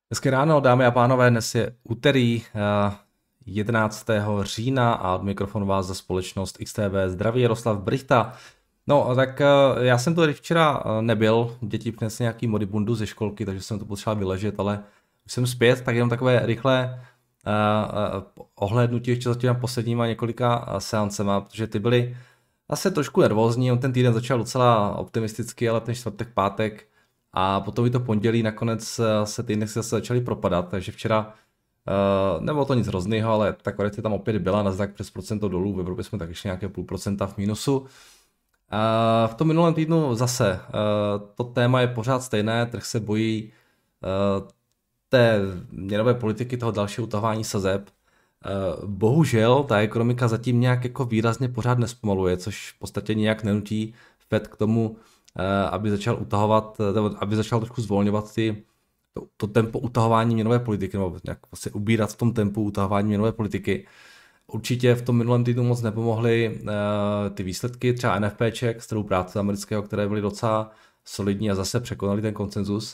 Hezké ráno, dámy a pánové, dnes je úterý 11. října a od mikrofonu vás za společnost XTB zdraví Jaroslav Brychta. No, tak já jsem tu včera nebyl, děti přinesly nějaký modibundu ze školky, takže jsem to potřeboval vyležet, ale už jsem zpět, tak jenom takové rychlé ohlédnutí ještě za těmi posledníma několika seancema, protože ty byly asi trošku nervózní, on ten týden začal docela optimisticky, ale ten čtvrtek, pátek a potom i to pondělí nakonec se ty indexy zase začaly propadat, takže včera nebylo to nic hrozného, ale ta korekce tam opět byla, Nasdaq přes procento dolů, v Evropě jsme tak ještě nějaké 0,5% v mínusu. V tom minulém týdnu zase to téma je pořád stejné, trh se bojí té měnové politiky, toho dalšího utahování sazeb. Bohužel ta ekonomika zatím nějak jako výrazně pořád nespomaluje, což v podstatě nějak nenutí Fed k tomu, aby začal utahovat, aby začal trošku zvolňovat to tempo utahování měnové politiky, nebo nějak vlastně ubírat v tom tempu utahování měnové politiky. Určitě v tom minulém týdnu moc nepomohly ty výsledky, třeba NFPček z trhu práce amerického, které byly docela solidní a zase překonali ten konsenzus.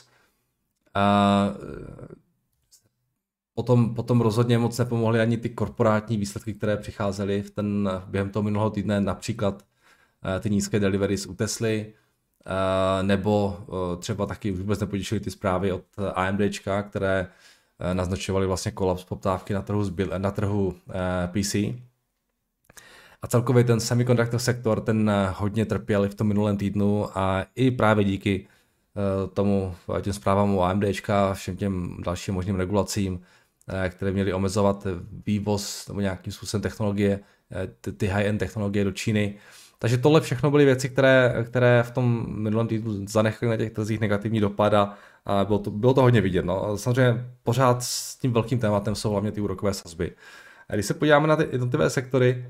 Potom rozhodně moc nepomohly ani ty korporátní výsledky, které přicházely během toho minulého týdne, například ty nízké deliveries u Tesly, nebo třeba taky už vůbec nepotěšily ty zprávy od AMDčka, které naznačovaly vlastně kolaps poptávky na trhu PC. A celkově ten semiconductor sektor, ten hodně trpěl v tom minulém týdnu a i právě díky těm zprávám u AMDčka, všem těm dalším možným regulacím, které měly omezovat vývoz nebo nějakým způsobem technologie, ty high-end technologie do Číny. Takže tohle všechno byly věci, které v tom minulém týdnu zanechaly na těch trzích negativní dopad a bylo to hodně vidět. No. Samozřejmě pořád s tím velkým tématem jsou hlavně ty úrokové sazby. A když se podíváme na ty jednotlivé sektory,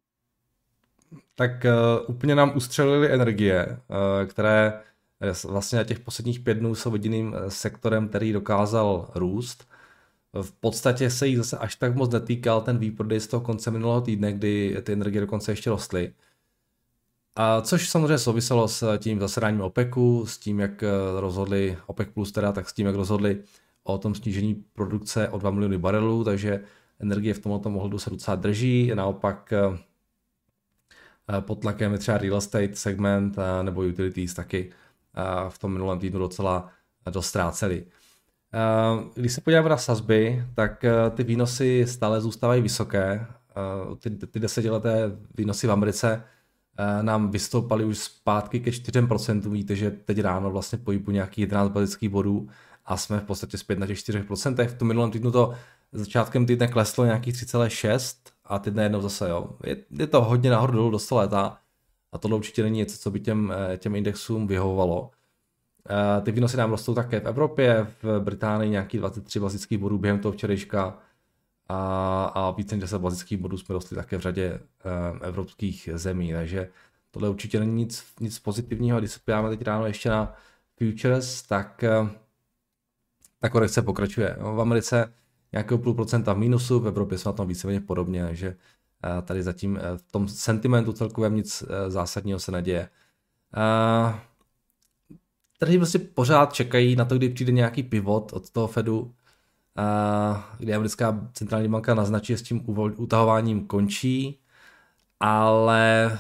tak úplně nám ustřelily energie, které vlastně na těch posledních 5 dnů jsou jediným sektorem, který dokázal růst. V podstatě se jich zase až tak moc netýkal ten výprodej z toho konce minulého týdne, kdy ty energie dokonce ještě rostly. Což samozřejmě souviselo s tím zasedáním OPECu, s tím, jak rozhodli OPEC plus tak s tím, jak rozhodli o tom snížení produkce o 2 miliony barelů, takže energie v tomto ohledu se docela drží, naopak pod tlakem je třeba real estate segment nebo utilities taky v tom minulém týdnu docela dost ztráceli. Když se podíváme na sazby, tak ty výnosy stále zůstávají vysoké. Ty desetileté výnosy v Americe nám vystoupaly už zpátky ke 4%. Víte, že teď ráno vlastně pohybu nějakých 11 bazických bodů a jsme v podstatě zpět na těch 4%. V tom minulém týdnu to začátkem týdne kleslo nějakých 3,6 a teď najednou zase, jo. Je to hodně nahoru dolů do 100 léta a tohle určitě není něco, co by těm indexům vyhovovalo. Ty výnosy nám rostou také v Evropě, v Británii nějakých 23 bazických bodů během toho včerejška a více než 10 bazických bodů jsme rostli také v řadě evropských zemí, takže tohle určitě není nic pozitivního. Když se podíváme teď ráno ještě na futures, tak ta korekce pokračuje. V Americe nějakého 0,5% v mínusu, v Evropě jsme na tom víceméně podobně, takže tady zatím v tom sentimentu celkovém nic zásadního se neděje. Trhy prostě pořád čekají na to, kdy přijde nějaký pivot od toho Fedu, kdy americká centrální banka naznačí, s tím utahováním končí, ale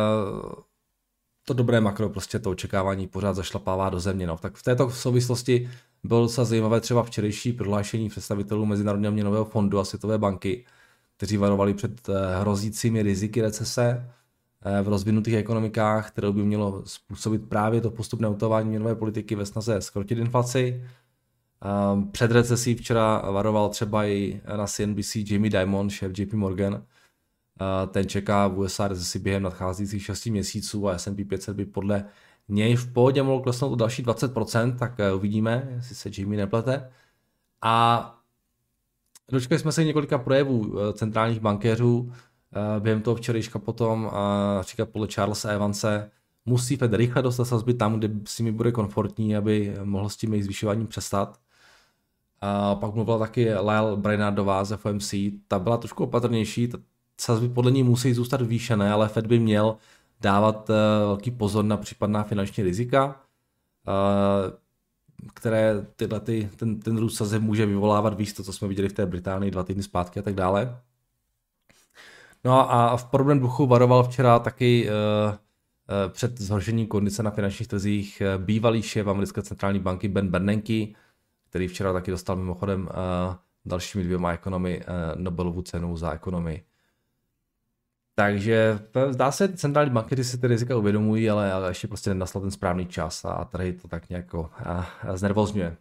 to dobré makro, prostě to očekávání pořád zašlapává do země. No. Tak v této souvislosti bylo docela zajímavé třeba včerejší prohlášení představitelů Mezinárodního měnového fondu a Světové banky, kteří varovali před hrozícími riziky recese v rozvinutých ekonomikách, které by mělo způsobit právě to postupné utahování měnové politiky ve snaze zkrotit inflaci. Před recesí včera varoval třeba i na CNBC Jamie Dimon, šéf JP Morgan. Ten čeká v USA recesi během nadcházejících 6 měsíců a S&P 500 by podle něj v pohodě mohlo klesnout o další 20%, tak uvidíme, jestli se Jamie neplete. A dočkali jsme se několika projevů centrálních bankéřů během toho včerejška potom, například podle Charlesa Evanse, musí Fed rychle dostat sazby tam, kde s nimi bude komfortní, aby mohl s tím jejich zvyšováním přestat. A pak mluvila taky Lyle Brainardová z FOMC, ta byla trošku opatrnější, sazby podle ní musí zůstat výšené, ale Fed by měl dávat velký pozor na případná finanční rizika. které ten růst sazeb může vyvolávat, víc to, co jsme viděli v té Británii 2 týdny zpátky a tak dále. No a v podobném duchu varoval včera taky před zhoršením kondice na finančních trzích bývalý šéf americké centrální banky Ben Bernanke, který včera taky dostal mimochodem dalšími 2 ekonomy Nobelovu cenu za ekonomii. Takže zdá se, že centrální banky si ty rizika uvědomují, ale ještě prostě nenastal ten správný čas a trhy to tak nějak znervozňuje.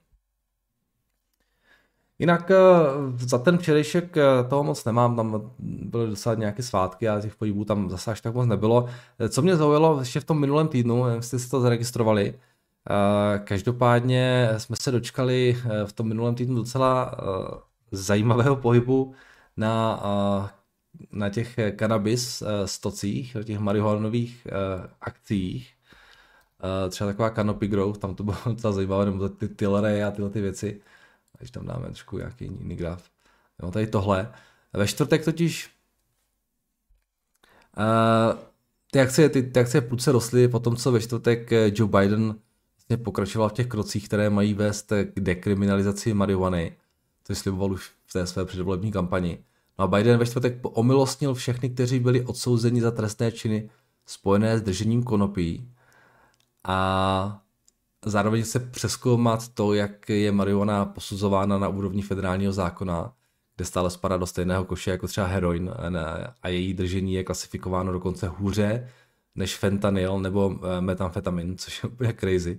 Jinak za ten včerejšek toho moc nemám, tam byly docela nějaké svátky a těch pohybů tam zase až tak moc nebylo. Co mě zaujalo ještě v tom minulém týdnu, jste si to zaregistrovali, každopádně jsme se dočkali v tom minulém týdnu docela zajímavého pohybu na těch cannabis stocích, na těch marihuanových akcích. Třeba taková Canopy Growth, tam to bylo docela zajímavé, nebo ty Tilray a tyhle ty věci. Když tam dáme trošku nějaký jiný graf. Jo, tady tohle. Ve čtvrtek totiž ty akcie prudce rostly po tom, co ve čtvrtek Joe Biden vlastně pokračoval v těch krocích, které mají vést k dekriminalizaci marihuany, což sliboval už v té své předvolební kampani. No a Biden ve čtvrtek omilostnil všechny, kteří byli odsouzeni za trestné činy spojené s držením konopí a zároveň se přezkoumat to, jak je marihuana posuzována na úrovni federálního zákona, kde stále spadá do stejného koše jako třeba heroin a její držení je klasifikováno dokonce hůře než fentanyl nebo metamfetamin, což je úplně crazy.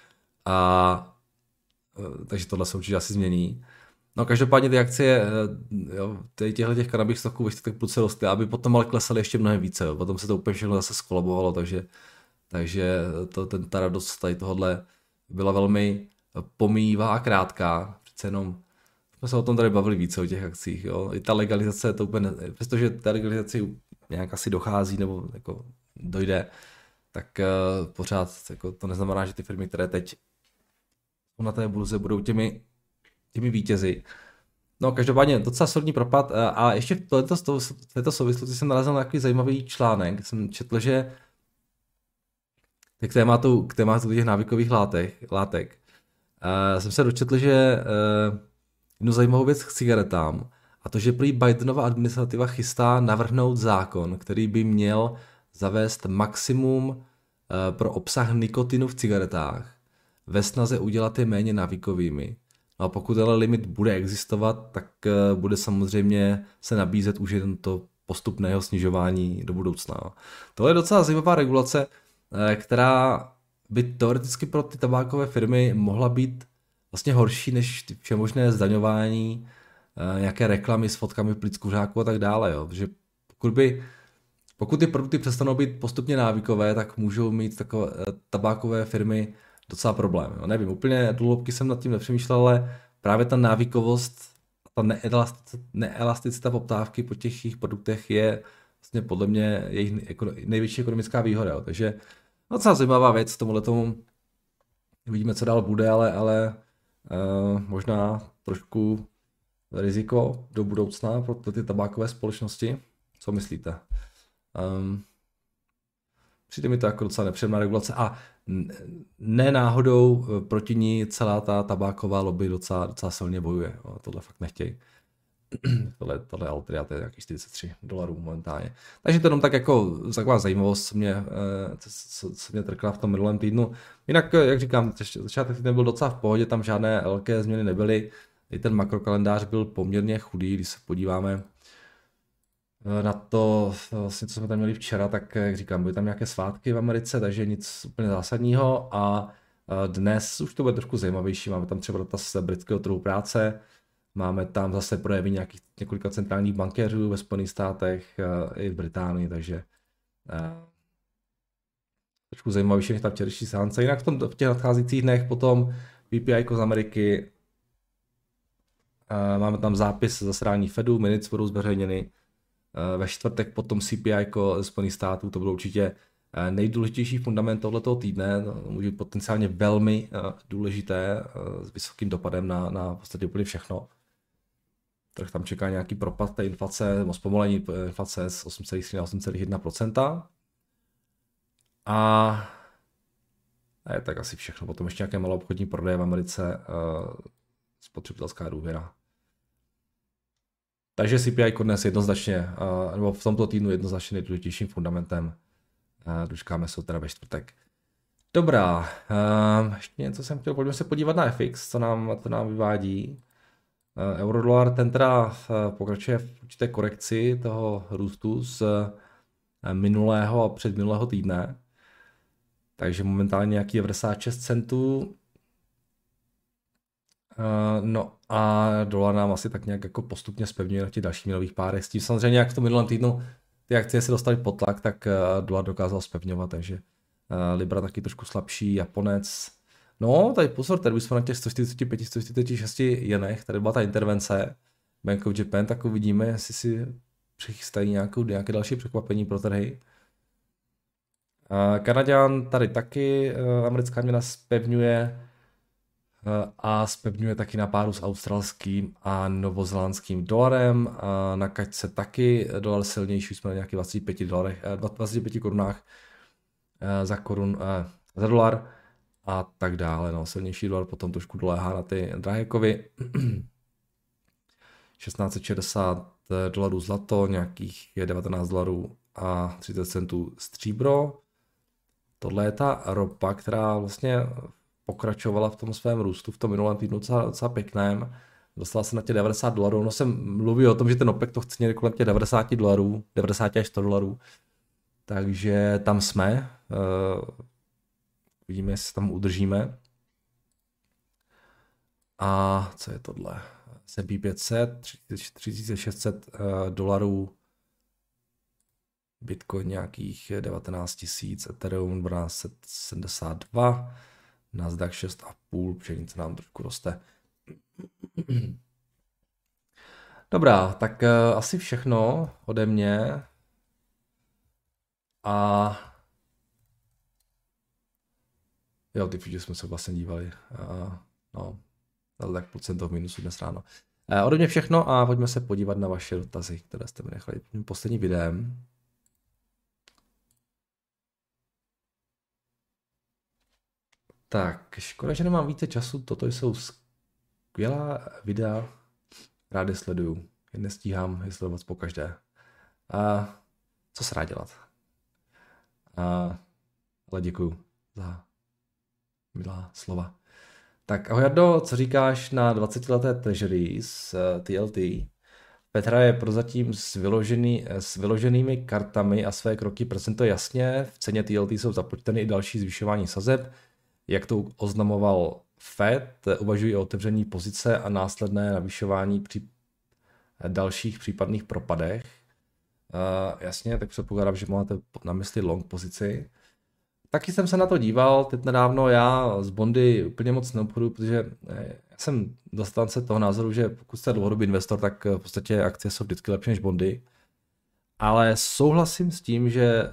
Takže tohle se určitě asi změní. No každopádně ty akcie těch cannabis stoků ještě tak prudce rostly, aby potom ale klesaly ještě mnohem více. Jo. Potom se to úplně všechno zase skolabovalo, takže ta radost tady tohohle byla velmi pomíjivá a krátká. Přece jenom jsme se o tom tady bavili více o těch akcích. Jo. I ta legalizace, to úplně, přestože ta legalizace nějak asi dochází nebo jako dojde, tak pořád jako to neznamená, že ty firmy, které teď na té burze, budou těmi vítězi. No každopádně docela solidní propad a ještě v této souvislosti jsem narazil na takový zajímavý článek. Jsem četl, že k tématu těch návykových látek jsem se dočetl, že jednu zajímavou věc k cigaretám a to, že prý Bidenova administrativa chystá navrhnout zákon, který by měl zavést maximum pro obsah nikotinu v cigaretách ve snaze udělat je méně návykovými. No a pokud ale limit bude existovat, tak bude samozřejmě se nabízet už jen to postupného snižování do budoucna. Tohle je docela zajímavá regulace, která by teoreticky pro ty tabákové firmy mohla být vlastně horší než všemožné zdaňování, nějaké reklamy s fotkami plic kuřáků a tak dále. Jo. Protože pokud ty produkty přestanou být postupně návykové, tak můžou mít takové tabákové firmy docela problém. Jo. Nevím, úplně dlouhobky jsem nad tím nepřemýšlel, ale právě ta návykovost, ta neelasticita poptávky po těch jejich produktech je vlastně podle mě jejich největší ekonomická výhoda. Jo. Takže docela zajímavá věc tomu. Uvidíme, co dál bude, ale možná trošku riziko do budoucna pro ty tabákové společnosti. Co myslíte? Přijde mi to jako docela nepříjemná regulace a ne náhodou proti ní celá ta tabáková lobby docela silně bojuje. Tohle fakt nechtějí. Tohle Altria, to je nějakých $43 momentálně. Takže to jenom tak jako taková zajímavost, co mě trkla v tom minulém týdnu. Jinak, jak říkám, začátek týdne byl docela v pohodě, tam žádné velké změny nebyly. I ten makrokalendář byl poměrně chudý, když se podíváme na to, vlastně, co jsme tam měli včera, tak jak říkám, byly tam nějaké svátky v Americe, takže nic úplně zásadního a dnes už to bude trošku zajímavější, máme tam třeba dotaz z britského trhu práce, máme tam zase projevy několika centrálních bankéřů ve Spojených státech i v Británii, takže trošku zajímavější než ta včerejší seance. Jinak v těch nadcházejících dnech potom PPI z Ameriky, máme tam zápis zasedání Fedu, minutes budou zveřejněny. Ve čtvrtek potom CPI ze Spojených států, to bylo určitě nejdůležitější fundament tohletoho týdne, to může být potenciálně velmi důležité s vysokým dopadem na podstatě úplně všechno. Tak tam čeká nějaký propad té inflace, nebo zpomalení inflace z 8,3 na 8,1%. A A je tak asi všechno. Potom ještě nějaké malou obchodní prodeje v Americe, spotřebitelská důvěra. Takže CPI dnes jednoznačně, nebo v tomto týdnu jednoznačně nejdůležitějším fundamentem. Dočkáme se teda ve čtvrtek. Dobrá, ještě něco jsem chtěl, pojďme se podívat na FX, co nám vyvádí. Eurodolar ten teda pokračuje v určité korekci toho růstu z minulého a předminulého týdne. Takže momentálně nějaký 96 centů. No a dolar nám asi tak nějak jako postupně zpevňuje na těch dalších měnových párech. S tím samozřejmě, jak v tom minulém týdnu ty akcie se dostaly pod tlak, tak dolar dokázal zpevňovat, takže Libra taky trošku slabší, Japonec. No, tady pozor, tady jsme na těch 145, 146 jenech, tady byla ta intervence Bank of Japan, tak uvidíme, jestli si přichystají nějaké další překvapení pro trhy. Kanaďan tady taky, americká měna zpevňuje a zpevňuje taky na páru s australským a novozélandským dolarem. Na kačce taky dolar silnější, jsme na nějakých 25 korunách za dolar a tak dále. No, silnější dolar potom trošku doléhá na ty drahé kovy. 1660 dolarů zlato, nějakých $19 a 30 centů stříbro. Tohle je ta ropa, která vlastně pokračovala v tom svém růstu v tom minulém týdnu docela pěkném. Dostala se na těch $90. No jsem mluvil o tom, že ten OPEC to chce někde kolem těch $90, 90 až $100. Takže tam jsme. Vidíme, jestli se tam udržíme. A co je tohle? S&P 500, $3600, Bitcoin nějakých 19 000, Ethereum 1272, Nasdaq 6,5, pšenice nám trošku roste. Dobrá, tak asi všechno ode mě. A jo, ty futures jsme se vlastně dívali. No, ale tak procento v minusu dnes ráno. Ode mě všechno a pojďme se podívat na vaše dotazy, které jste mi nechali posledním videem. Tak, škoda, že nemám více času, toto jsou skvělá videa, rád je sleduju, jen nestíhám je sledovat pokaždé. Co se rád dělat? Ale děkuju za milá slova. Tak ahoj Jardo, co říkáš na 20leté treasury z TLT? Petra je prozatím s vyloženými kartami a své kroky prezentuje jasně. V ceně TLT jsou započteny i další zvyšování sazeb. Jak to oznamoval Fed, uvažují o otevření pozice a následné navyšování při dalších případných propadech. Jasně, tak předpokládám, že máte na mysli long pozici. Taky jsem se na to díval, teď nedávno já z bondy úplně moc neobchoduji, protože já jsem dostance toho názoru, že pokud jste dlouhodobý investor, tak v podstatě akcie jsou vždycky lepší než bondy. Ale souhlasím s tím, že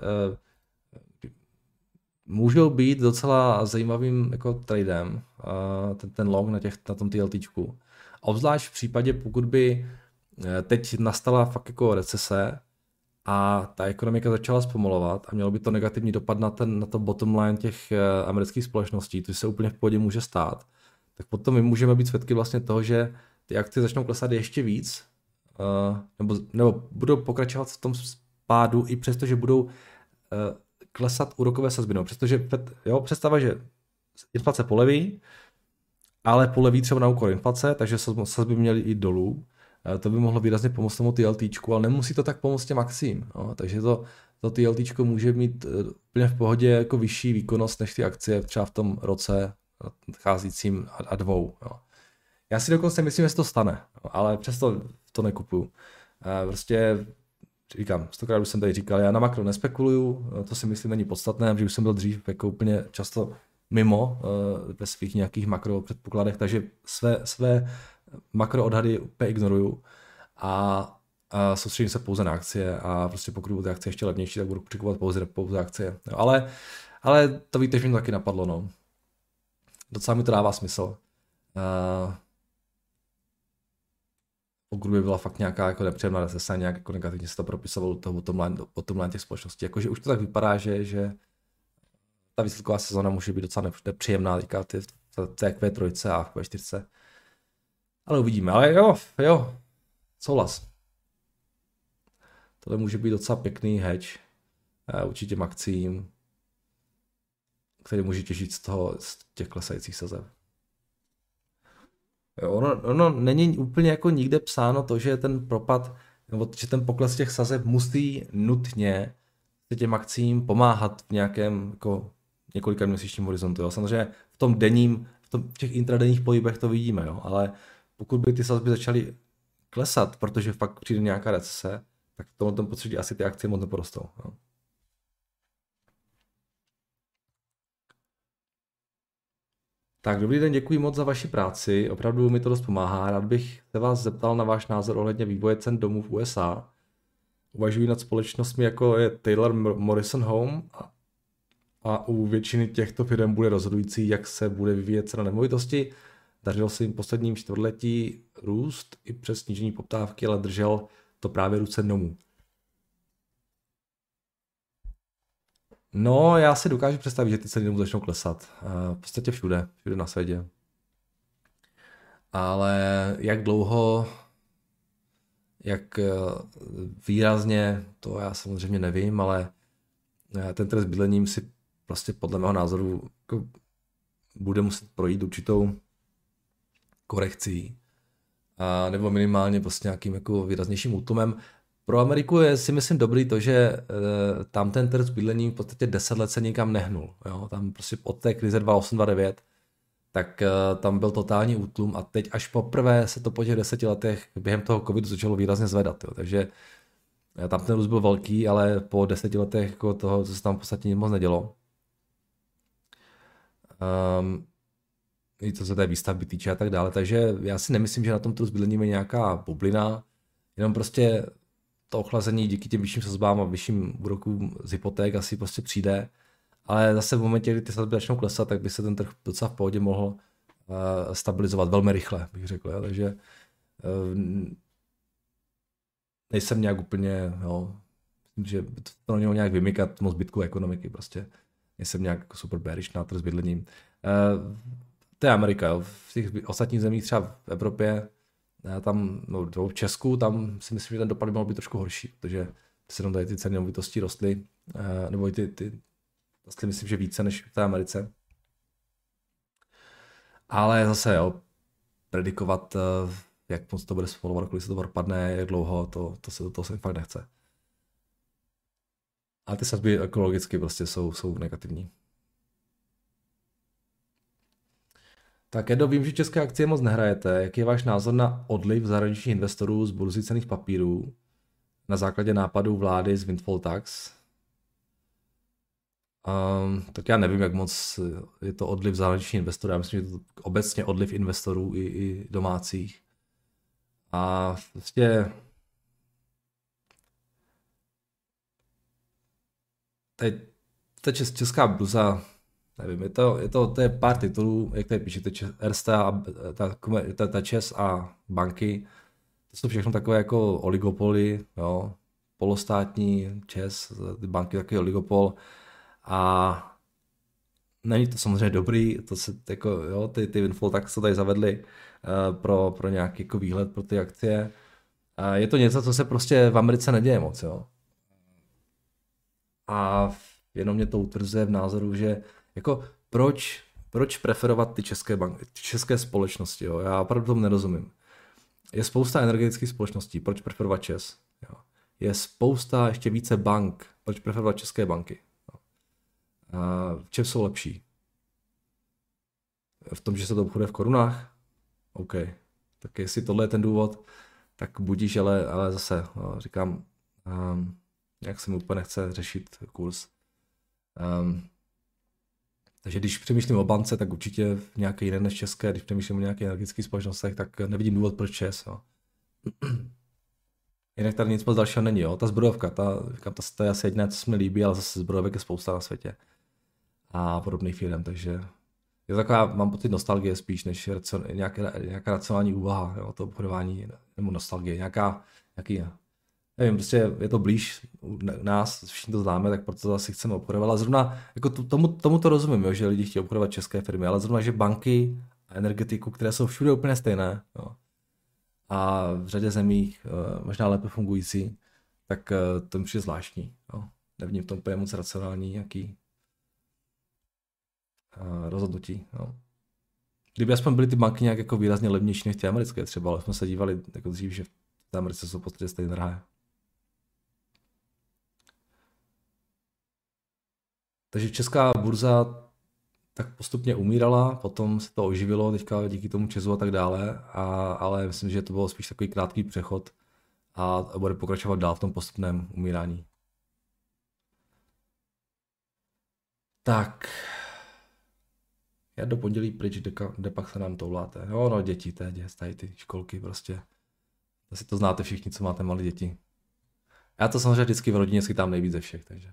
můžou být docela zajímavým jako tradem ten long na tom TLTčku. Obzvlášť v případě, pokud by teď nastala fakt jako recese a ta ekonomika začala zpomalovat a mělo by to negativní dopad na to bottom line těch amerických společností, což se úplně v pohodě může stát, tak potom my můžeme být svědky vlastně toho, že ty akcie začnou klesat ještě víc, nebo budou pokračovat v tom spádu i přesto, že budou klesat úrokové sazby. No, přestože představa, že inflace poleví, ale poleví třeba na úkor inflace, takže sazby měly jít dolů. To by mohlo výrazně pomoct tomu TLTčku, ale nemusí to tak pomoct těm akcím. No, takže to TLTčko může mít úplně v pohodě jako vyšší výkonnost než ty akcie třeba v tom roce nadcházejícím a dvou. No. Já si dokonce myslím, že se to stane, no, ale přesto to nekupuju. Prostě říkám, 100krát už jsem tady říkal, já na makro nespekuluju, to si myslím není podstatné, protože už jsem byl dřív jako úplně často mimo ve svých nějakých makro předpokladech, takže své makro odhady úplně ignoruju a soustředím se pouze na akcie a prostě pokud budou ty akcie ještě levnější, tak budu kupovat pouze akcie. No, ale to víte, že mi to taky napadlo, no. Docela mi to dává smysl. Pokud by byla fakt nějaká jako nepříjemná recese, nějak jako negativně se to propisovalo toho bottom line těch společností. Jakože už to tak vypadá, že ta výsledková sezona může být docela nepříjemná, teďka v té Q3 a v Q4. Ale uvidíme, ale jo, souhlas. Tohle může být docela pěkný hedge určitě akcím, který může těžit z těch klesajících sazeb. Jo, ono není úplně jako nikde psáno to, že ten propad, nebo že ten pokles těch sazeb musí nutně těm akcím pomáhat v nějakém jako několika měsíčním horizontu. Jo. Samozřejmě v těch intradenních pohybech to vidíme, jo, ale pokud by ty sazby začaly klesat, protože fakt přijde nějaká recese, tak v tomhle prostředí asi ty akcie moc neporostou. Jo. Tak, dobrý den, děkuji moc za vaši práci, opravdu mi to dost pomáhá. Rád bych se vás zeptal na váš názor ohledně vývoje cen domů v USA. Uvažuji nad společnostmi jako je Taylor Morrison Home a u většiny těchto firm bude rozhodující, jak se bude vyvíjet cena nemovitosti. Dařilo se jim posledním čtvrtletí růst i přes snížení poptávky, ale držel to právě růst cen domů. No, já si dokážu představit, že ty ceny domů začnou klesat. V podstatě všude na světě. Ale jak dlouho, jak výrazně, to já samozřejmě nevím, ale ten trh s bydlením si prostě podle mého názoru jako bude muset projít určitou korekcí. Nebo minimálně prostě nějakým jako výraznějším útlumem. Pro Ameriku je si myslím dobrý to, že tam ten trh s bydlením v podstatě 10 let se nikam nehnul. Jo? Tam prostě od té krize 2008-2009 tak tam byl totální útlum a teď až poprvé se to po těch 10 letech během toho covidu začalo výrazně zvedat. Jo? Takže tam ten růst byl velký, ale po 10 letech jako toho, co se tam v podstatě nic moc nedělo. I co se té výstavby týče a tak dále. Takže já si nemyslím, že na tom trhu s bydlením je nějaká bublina, jenom prostě to ochlazení díky těm vyšším sazbám a vyšším úrokům z hypoték asi prostě přijde. Ale zase v momentě, kdy ty sazby začnou klesat, tak by se ten trh docela v pohodě mohl stabilizovat velmi rychle, bych řekl. Jo. Takže nejsem nějak úplně, jo, myslím, že to něho nějak vymykat moc zbytku ekonomiky, prostě nejsem nějak jako super bearish na trh s bydlením. To je Amerika, jo. V těch ostatních zemích, třeba v Evropě, tam, no, v Česku, tam si myslím, že ten dopad by mohl být trošku horší, protože se tam tady ty ceny nemovitostí rostly, nebo i ty rostly myslím, že více než v té Americe. Ale zase, jo, predikovat, jak moc to bude spolovat, kolik se to propadne, jak dlouho, to se fakt nechce. Ale ty sazby ekologicky prostě jsou negativní. Tak Edo, vím, že české akcie moc nehrajete. Jaký je váš názor na odliv zahraničních investorů z burzy cenných papírů na základě nápadů vlády z windfall tax? Tak já nevím, jak moc je to odliv zahraničních investorů. Já myslím, že to obecně odliv investorů i domácích. A vlastně ta česká burza, nevím, to je pár titulů, jak tady píšete, Ersta, ta ČEZ a banky, to jsou všechno takové jako oligopoly, jo, polostátní ČEZ, ty banky takový oligopol a není to samozřejmě dobrý, to se jako, jo, ty windfall tax se tady zavedly pro nějaký jako výhled pro ty akcie. A je to něco, co se prostě v Americe neděje moc, jo. A jenom mě to utvrzuje v názoru, že jako proč preferovat ty české banky, ty české společnosti, jo? Já opravdu tomu nerozumím. Je spousta energetických společností, proč preferovat ČEZ? Jo? Je spousta ještě více bank, proč preferovat české banky? Jo? V čem jsou lepší? V tom, že se to obchoduje v korunách? OK. Tak jestli tohle je ten důvod, tak budíš, ale zase, no, říkám, jak se mi úplně nechce řešit kurz. Takže když přemýšlím o bance, tak určitě nějaké jiné než české. Když přemýšlím o nějakých energetických společnostech, tak nevidím důvod, proč ČEZ. Jo. Jinak tady nic moc dalšího není. Jo. Ta zbrojovka, to je asi jediné, co se mi líbí, ale zase zbrojovek je spousta na světě. A podobných firm, takže je taková, mám pocit nostalgie spíš, než nějaká racionální úvaha, jo, to obchodování, nebo nostalgie, nějaký nevím, prostě je to blíž u nás, všichni to známe, tak proto to asi chceme obchodovat. Ale zrovna, jako tomu to rozumím, jo, že lidi chtějí obchodovat české firmy, ale zrovna, že banky a energetiku, které jsou všude úplně stejné, jo, a v řadě zemích možná lépe fungující, tak to mi přijde zvláštní. Jo. Nevním v tom úplně moc racionální nějaký rozhodnutí. Jo. Kdyby aspoň byly ty banky nějak jako výrazně levnější než ty americké třeba, ale jsme se dívali jako dřív, že v Americe jsou v podstatě stejně drahé. Takže česká burza tak postupně umírala, potom se to oživilo teďka díky tomu Česu a tak dále, ale myslím, že to bylo spíš takový krátký přechod a bude pokračovat dál v tom postupném umírání. Tak. Já do pondělí pryč, kde pak se nám touláte. Jo, no děti, tady ty školky prostě. Asi to znáte všichni, co máte malé děti. Já to samozřejmě vždycky v rodině schytám nejvíc ze všech, takže.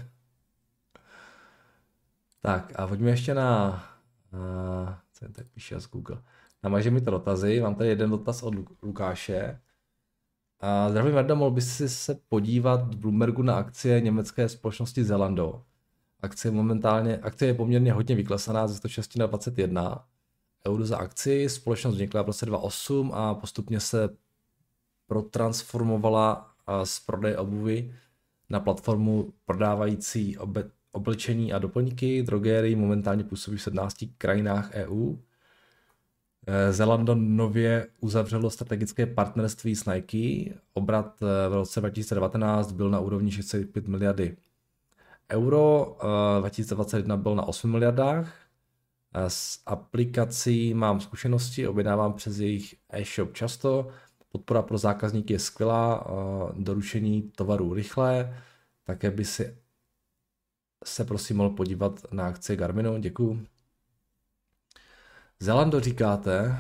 Tak a pojďme ještě co tady píše z Google. Namaže mi to dotazy, mám tady jeden dotaz od Lukáše. Zdravím, Verda, mohl bys si se podívat v Bloombergu na akcie německé společnosti Zalando. Akcie je poměrně hodně vyklesaná ze 106 na 21 euro za akci. Společnost vznikla v roce 2008 a postupně se protransformovala z prodeje obuvy na platformu prodávající oblečení a doplňky. Drogerii momentálně působí v 17 krajinách EU. Zalando nově uzavřelo strategické partnerství s Nike. Obrat v roce 2019 byl na úrovni 6,5 miliardy euro, 2021 byl na 8 miliardách. S aplikací mám zkušenosti, objednávám přes jejich e-shop často. Podpora pro zákazníky je skvělá, doručení tovaru rychlé. Také by si se prosím mohl podívat na akcie Garminu, děkuju. Zalando říkáte?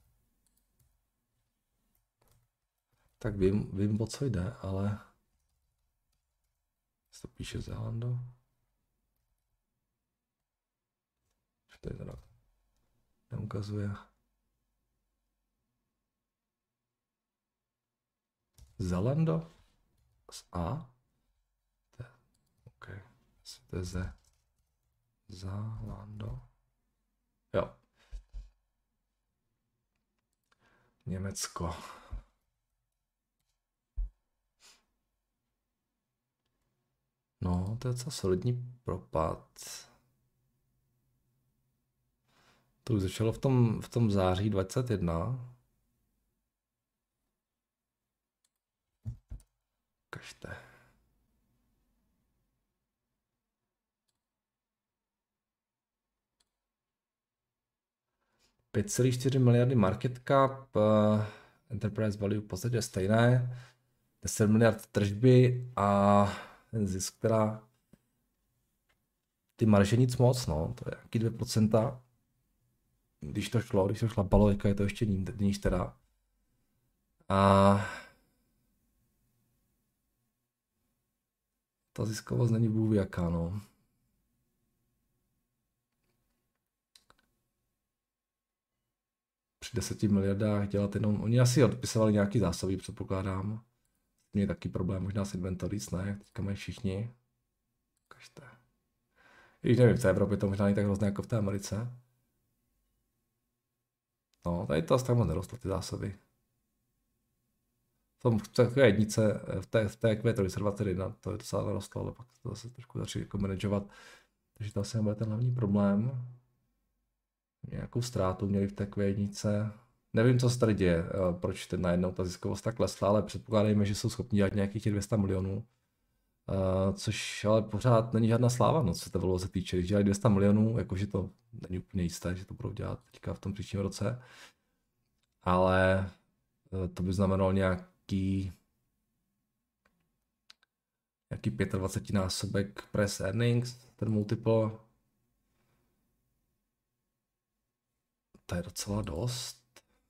Tak vím, o co jde, ale to píše Zalando. Tady teda neukazuje. Zalando? S A? OK. To je Z. Zalando. Jo. Německo. No, to je docela solidní propad. To už začalo v tom září 2021. Kažte. $5,4 miliardy market cap, enterprise value v podstatě stejné, 10 miliard tržby a ten zisk, teda ty marže nic moc, no, to je jaký 2%, když to šlapalo, je to ještě níž teda. A ta ziskovost není bůh jaká, no. Při 10 miliardách dělat jenom, oni asi odpisovali nějaký zásoby, předpokládám. Měli taky problém, možná s inventories, ne, teďka mají všichni. Kažte. Když nevím, v té Evropě to možná není tak hrozné jako v té Americe. No, tady to asi tak moc nerostlo, ty zásoby. V takové jednice, v té Q321, to je docela narostlo, ale pak to zase trošku začali jako manažovat. Takže to asi nebude ten hlavní problém. Nějakou ztrátu měli v té Q1. Nevím, co se tady děje, proč teď najednou ta ziskovost tak klesla, ale předpokládejme, že jsou schopni dělat nějakých těch 200 milionů. Což ale pořád není žádná sláva, no, co se to se týče. Když dělají 200 milionů, jakože to není úplně jisté, že to budou dělat teďka v tom příštím roce. Ale to by znamenalo nějaký 25násobek price earnings, ten multiple. To je docela dost.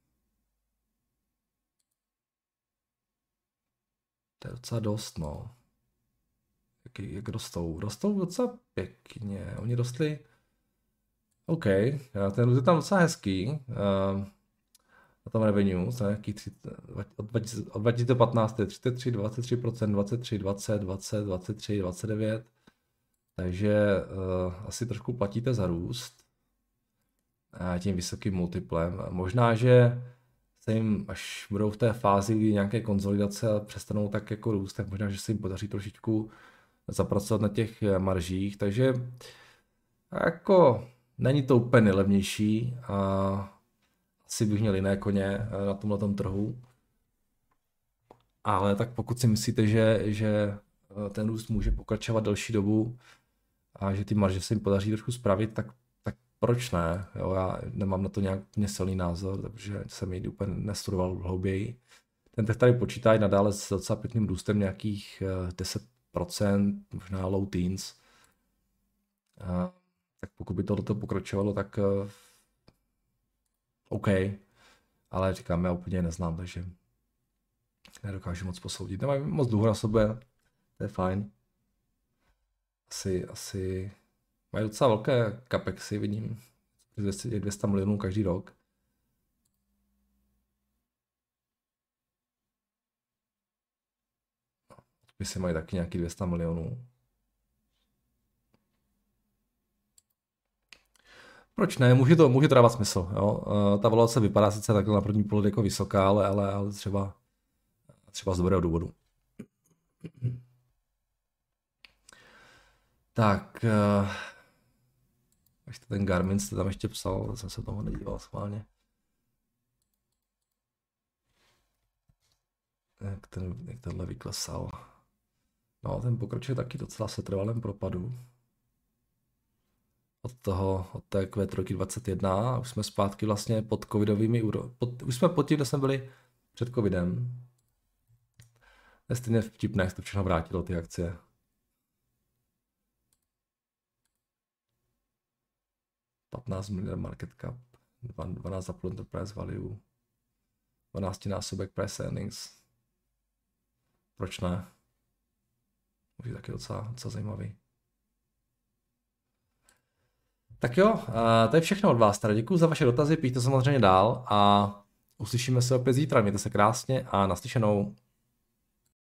To je docela dost, no. Jak rostou? Rostou docela pěkně. Oni rostli... OK, ten růst je tam docela hezký. na tom revenue, to nějakých od 2015 je 33, 23%, 23, 20, 20, 23, 29. Takže asi trošku platíte za růst tím vysokým multiplem. Možná, že se jim, až budou v té fázi nějaké konsolidace a přestanou tak jako růst, tak možná, že se jim podaří trošičku zapracovat na těch maržích. Takže jako není to úplně nejlevnější a asi bych měl jiné koně na tomhletom trhu. Ale tak pokud si myslíte, že ten růst může pokračovat delší dobu a že ty marže se jim podaří trošku spravit, tak proč ne? Jo, já nemám na to nějak silný názor, takže jsem ji úplně nestudoval hlouběji. Ten trh tady počítá i nadále s docela pěkným růstem nějakých 10%, možná low teens. Tak pokud by tohleto pokračovalo, tak OK. Ale říkám, já úplně neznám, takže nedokážu moc posoudit. Nemají moc dluhu na sobě, to je fajn. Asi mají docela velké capexy, vidím. 200 milionů každý rok. Odpisy mají taky nějaký 200 milionů. Proč ne? Může to dávat smysl. Jo? Ta valuace vypadá sice takhle na první pohled jako vysoká, ale třeba z dobrého důvodu. Tak, ještě ten Garmin jste tam ještě psal, jsem se tomu nedíval schválně. Jak tenhle vyklesal. No, ten pokročil taky docela setrvalém propadu. Od té Q3 21 a už jsme zpátky vlastně pod covidovými už jsme pod tím, kde jsme byli před covidem. Je stejně vtipné, jak to všechno vrátilo ty akcie. $15 miliard market cap, 12,5 enterprise value, 12násobek price earnings. Proč ne? Může taky docela zajímavý. Tak jo, to je všechno od vás. Tady děkuji za vaše dotazy, pijte samozřejmě dál a uslyšíme se opět zítra. Mějte se krásně a naslyšenou.